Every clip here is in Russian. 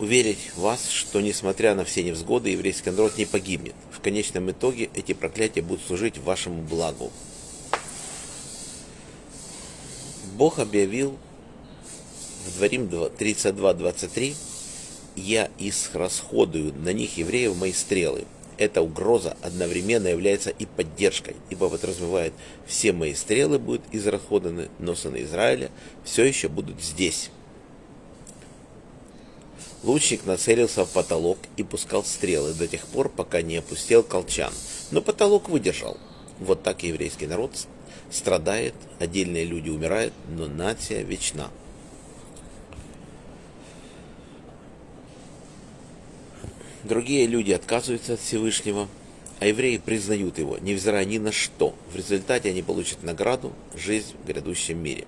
уверить вас, что несмотря на все невзгоды, еврейский народ не погибнет. В конечном итоге эти проклятия будут служить вашему благу. Бог объявил в Дворим 32:23: «Я исрасходую на них, евреев, мои стрелы». Эта угроза одновременно является и поддержкой, ибо подразумевает, все мои стрелы будут израсходованы, но сыны Израиля все еще будут здесь. Лучник нацелился в потолок и пускал стрелы до тех пор, пока не опустел колчан. Но потолок выдержал. Вот так и еврейский народ страдает, отдельные люди умирают, но нация вечна. Другие люди отказываются от Всевышнего, а евреи признают его, невзирая ни на что. В результате они получат награду – жизнь в грядущем мире.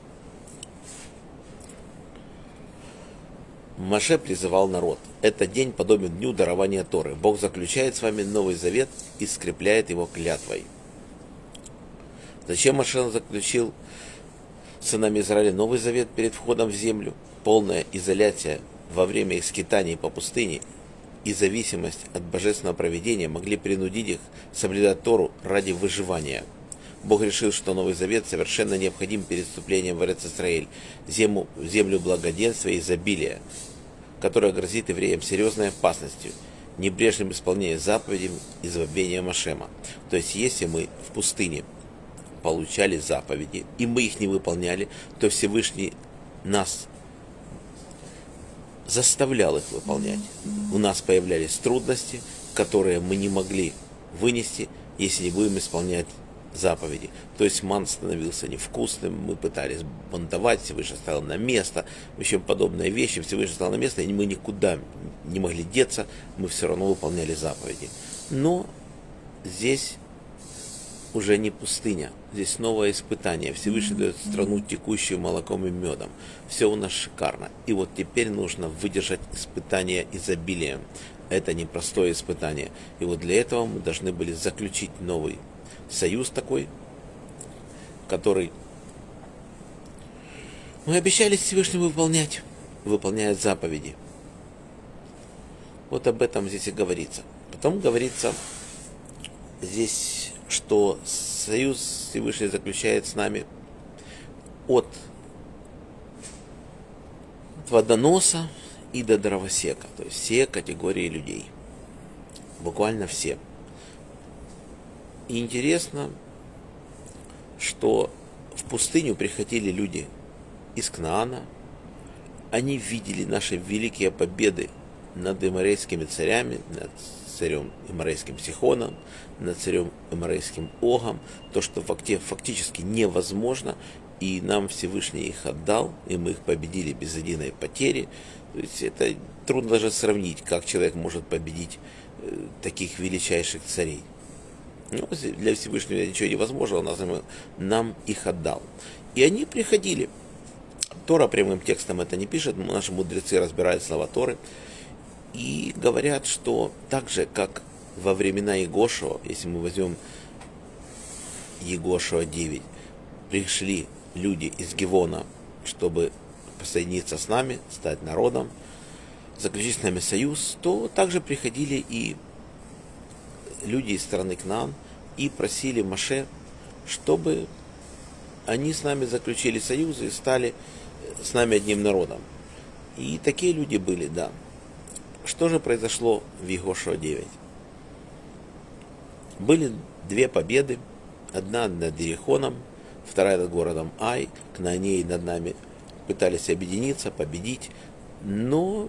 Моше призывал народ. Этот день подобен дню дарования Торы. Бог заключает с вами новый завет и скрепляет его клятвой. Зачем Моше заключил с сынами Израиля новый завет перед входом в землю? Полная изоляция во время их скитаний по пустыне и зависимость от божественного провидения могли принудить их соблюдать Тору ради выживания. Бог решил, что Новый Завет совершенно необходим перед вступлением в Эрец-Исраэль, землю благоденствия и изобилия, которая грозит евреям серьезной опасностью, небрежным исполнением заповедей и забвением Ашема. То есть, если мы в пустыне получали заповеди, и мы их не выполняли, то Всевышний нас заставлял их выполнять. У нас появлялись трудности, которые мы не могли вынести, если не будем исполнять заповеди. То есть ман становился невкусным, мы пытались бунтовать, Всевышний ставил на место, еще подобные вещи, Всевышний ставил на место, и мы никуда не могли деться, мы все равно выполняли заповеди. Но здесь уже не пустыня, здесь новое испытание. Всевышний дает страну, текущую молоком и медом. Все у нас шикарно. И вот теперь нужно выдержать испытание изобилием. Это непростое испытание. И вот для этого мы должны были заключить новый союз такой, который мы обещали Всевышнему выполняет заповеди. Вот об этом здесь и говорится. Потом говорится здесь, что союз Всевышний заключает с нами от водоноса и до дровосека, то есть все категории людей, буквально все. И интересно, что в пустыню приходили люди из Кнаана, они видели наши великие победы над эморейскими царями, над царем эморейским Сихоном, над царем эморейским Огом, то, что фактически невозможно, и нам Всевышний их отдал, и мы их победили без единой потери. То есть это трудно даже сравнить, как человек может победить таких величайших царей. Но для Всевышнего ничего невозможного, нам их отдал. И они приходили. Тора прямым текстом это не пишет, наши мудрецы разбирают слова Торы и говорят, что так же, как во времена Егошуа, если мы возьмем Егошуа 9, пришли люди из Гивона, чтобы посоединиться с нами, стать народом, заключить с нами союз, то также приходили и люди из страны Кнаан и просили Моше, чтобы они с нами заключили союзы и стали с нами одним народом. И такие люди были, да. Что же произошло в Егошуа 9? Были две победы. Одна над Иерихоном, вторая над городом Ай. Кнаанеи над нами пытались объединиться, победить. Но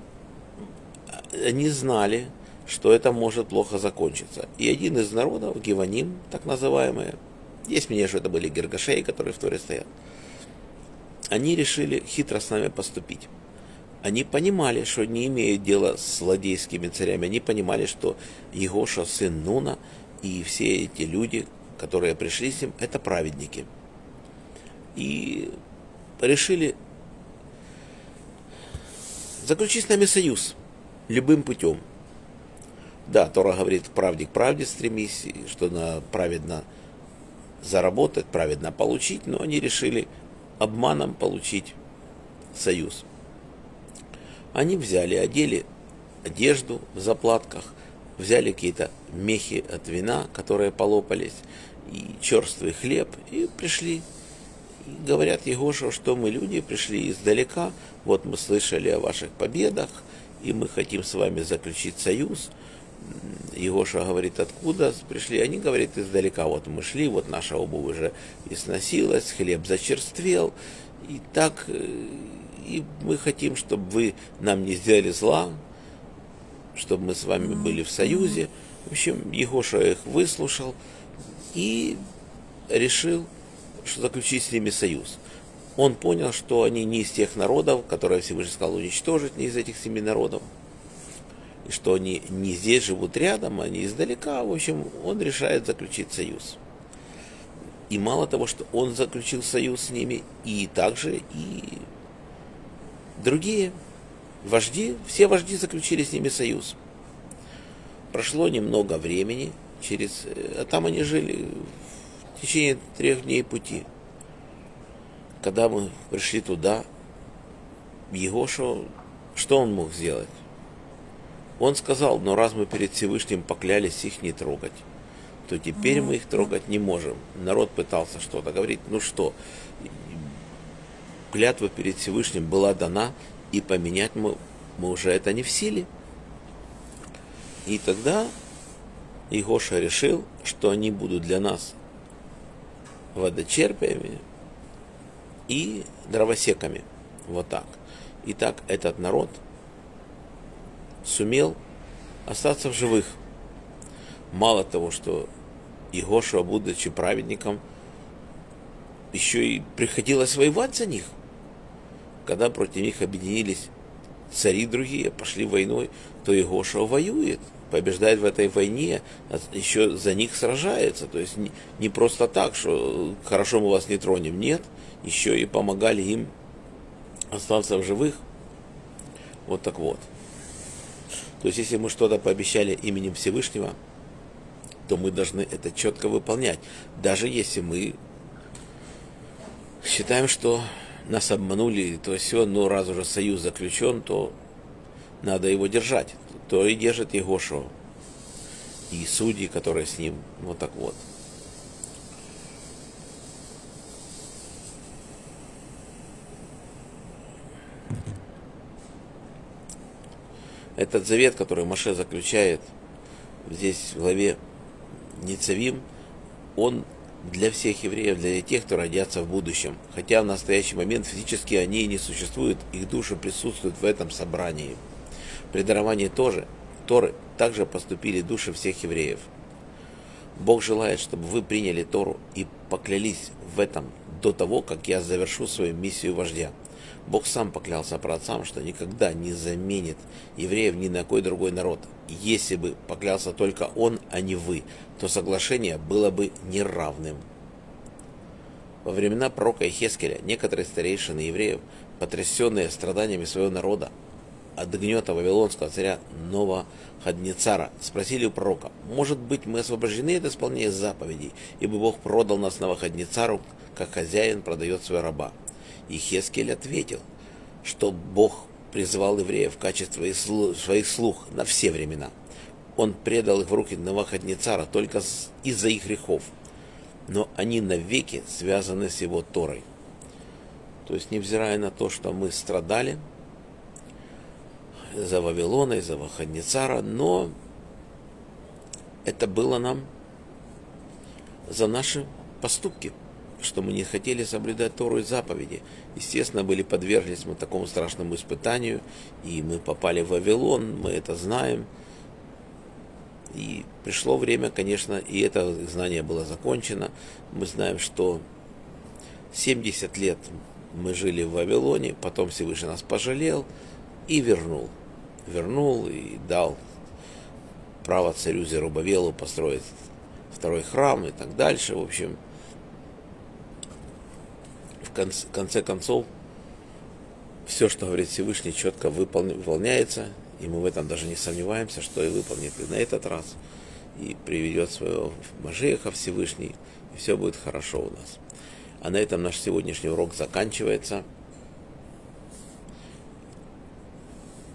они знали, что это может плохо закончиться. И один из народов, Гивоним, так называемые, есть мнение, что это были Гиргашеи, которые в Торе стоят, они решили хитро с нами поступить. Они понимали, что не имеют дела с злодейскими царями. Они понимали, что Егоша, сын Нуна, и все эти люди, которые пришли с ним, это праведники. И решили заключить с нами союз любым путем. Да, Тора говорит, правде к правде стремись, что надо праведно заработать, праведно получить, но они решили обманом получить союз. Они взяли, одели одежду в заплатках, взяли какие-то мехи от вина, которые полопались, и черствый хлеб, и пришли. И говорят Егошу, что мы люди, пришли издалека, вот мы слышали о ваших победах, и мы хотим с вами заключить союз. Егоша говорит, откуда пришли? Они говорят, издалека, вот мы шли, вот наша обувь уже износилась, хлеб зачерствел, и так, и мы хотим, чтобы вы нам не сделали зла, чтобы мы с вами были в союзе. В общем, Егоша их выслушал и решил заключить с ними союз. Он понял, что они не из тех народов, которые Всевышний сказал уничтожить, не из этих 7 народов, и что они не здесь живут рядом, они издалека. В общем, он решает заключить союз. И мало того, что он заключил союз с ними, и также и другие вожди, все вожди заключили с ними союз. Прошло немного времени, там они жили в течение 3 дней пути. Когда мы пришли туда, Егошу, что он мог сделать? Он сказал, но раз мы перед Всевышним поклялись их не трогать, то теперь мы их трогать не можем. Народ пытался что-то говорить, ну что, клятва перед Всевышним была дана, и поменять мы уже это не в силе. И тогда Егоша решил, что они будут для нас водочерпиями и дровосеками. Вот так. И так этот народ сумел остаться в живых. Мало того, что Егоша, будучи праведником, еще и приходилось воевать за них. Когда против них объединились цари другие, пошли войной, то Егоша воюет, побеждает в этой войне, еще за них сражается. То есть не просто так, что хорошо мы вас не тронем. Нет, еще и помогали им остаться в живых. Вот так вот. То есть если мы что-то пообещали именем Всевышнего, то мы должны это четко выполнять. Даже если мы считаем, что нас обманули, то все, но раз уже союз заключен, то надо его держать. То и держит Егошу. И судьи, которые с ним. Вот так вот. Этот завет, который Моше заключает здесь в главе Ницавим, он для всех евреев, для тех, кто родятся в будущем. Хотя в настоящий момент физически они не существуют, их души присутствуют в этом собрании. При даровании Торы также поступили души всех евреев. Бог желает, чтобы вы приняли Тору и поклялись в этом до того, как я завершу свою миссию вождя. Бог сам поклялся праотцам, что никогда не заменит евреев ни на какой другой народ. Если бы поклялся только он, а не вы, то соглашение было бы неравным. Во времена пророка Ихескеля некоторые старейшины евреев, потрясенные страданиями своего народа от гнета вавилонского царя Новохаднецара, спросили у пророка: может быть, мы освобождены от исполнения заповедей, ибо Бог продал нас Новохаднецару, как хозяин продает своего раба? И Ихескель ответил, что Бог призвал евреев в качестве своих слуг на все времена. Он предал их в руки Новохаднецара только из-за их грехов, но они навеки связаны с его Торой. То есть, невзирая на то, что мы страдали за Вавилона, из-за Новохаднецара, но это было нам за наши поступки, что мы не хотели соблюдать Тору и заповеди. Естественно, были подверглись мы такому страшному испытанию, и мы попали в Вавилон, мы это знаем. И пришло время, конечно, и это знание было закончено. Мы знаем, что 70 лет мы жили в Вавилоне, потом Всевышний нас пожалел и вернул. Вернул и дал право царю Зерубавелу построить второй храм и так дальше. В общем, в конце концов, все, что говорит Всевышний, четко выполняется, и мы в этом даже не сомневаемся, что и выполнит и на этот раз, и приведет своего Машиаха Всевышний, и все будет хорошо у нас. А на этом наш сегодняшний урок заканчивается.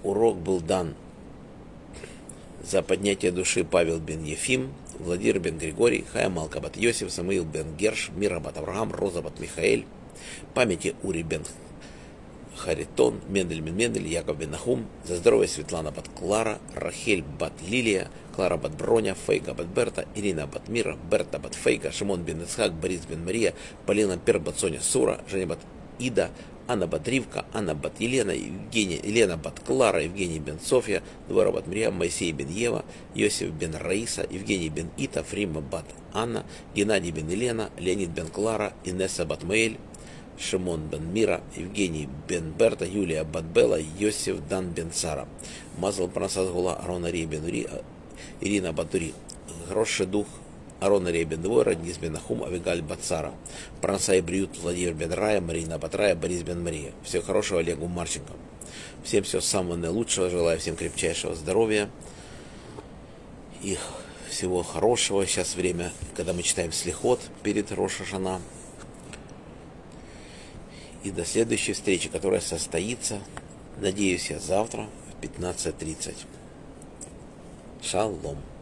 урок был дан за поднятие души Павел бен Ефим, Владимир бен Григорий, Хая Малка бат Йосиф, Самуил бен Герш, Мира бат Авраам, Роза бат Михаэль, памяти Ури бен Харитон, Мендель бен Мендель, Яков бен Нахум, за здоровье Светлана бат Клара, Рахель бат Лилия, Клара бат Броня, Фейга бат Берта, Ирина бат Мира, Берта бат Фейга, Шимон бен Ицхак, Борис бен Мария, Полина Пер бат Соня Сура, Женя бат Ида, Анна бат Ривка, Анна бат Елена, Елена бат Клара, Евгений бен Софья, Двора бат Мирьям, Моисей бен Ева, Йосиф бен Раиса, Евгений бен Ита, Фрима бат Анна, Геннадий бен Елена, Леонид бен Клара, Инесса бат Маэль, Шимон бен Мира, Евгений бен Берта, Юлия бат Белла, Йосиф дан бен Сара, Мазал Пранасас Гула, Арон Арий бен Ури, Ирина бат Ури, Хороший дух, Арон Арей бен Двора, Днис бен Нахум, Авигаль бат Сара, Пранса и Бриют, Владимир бен Рая, Марина бат Рая, Борис бен Мария. Всего хорошего Олегу Марченко. Всем всего самого наилучшего, желаю всем крепчайшего здоровья и всего хорошего. Сейчас время, когда мы читаем Слихот перед Рош ха-Шана. И до следующей встречи, которая состоится, надеюсь я, завтра в 15:30. Шалом.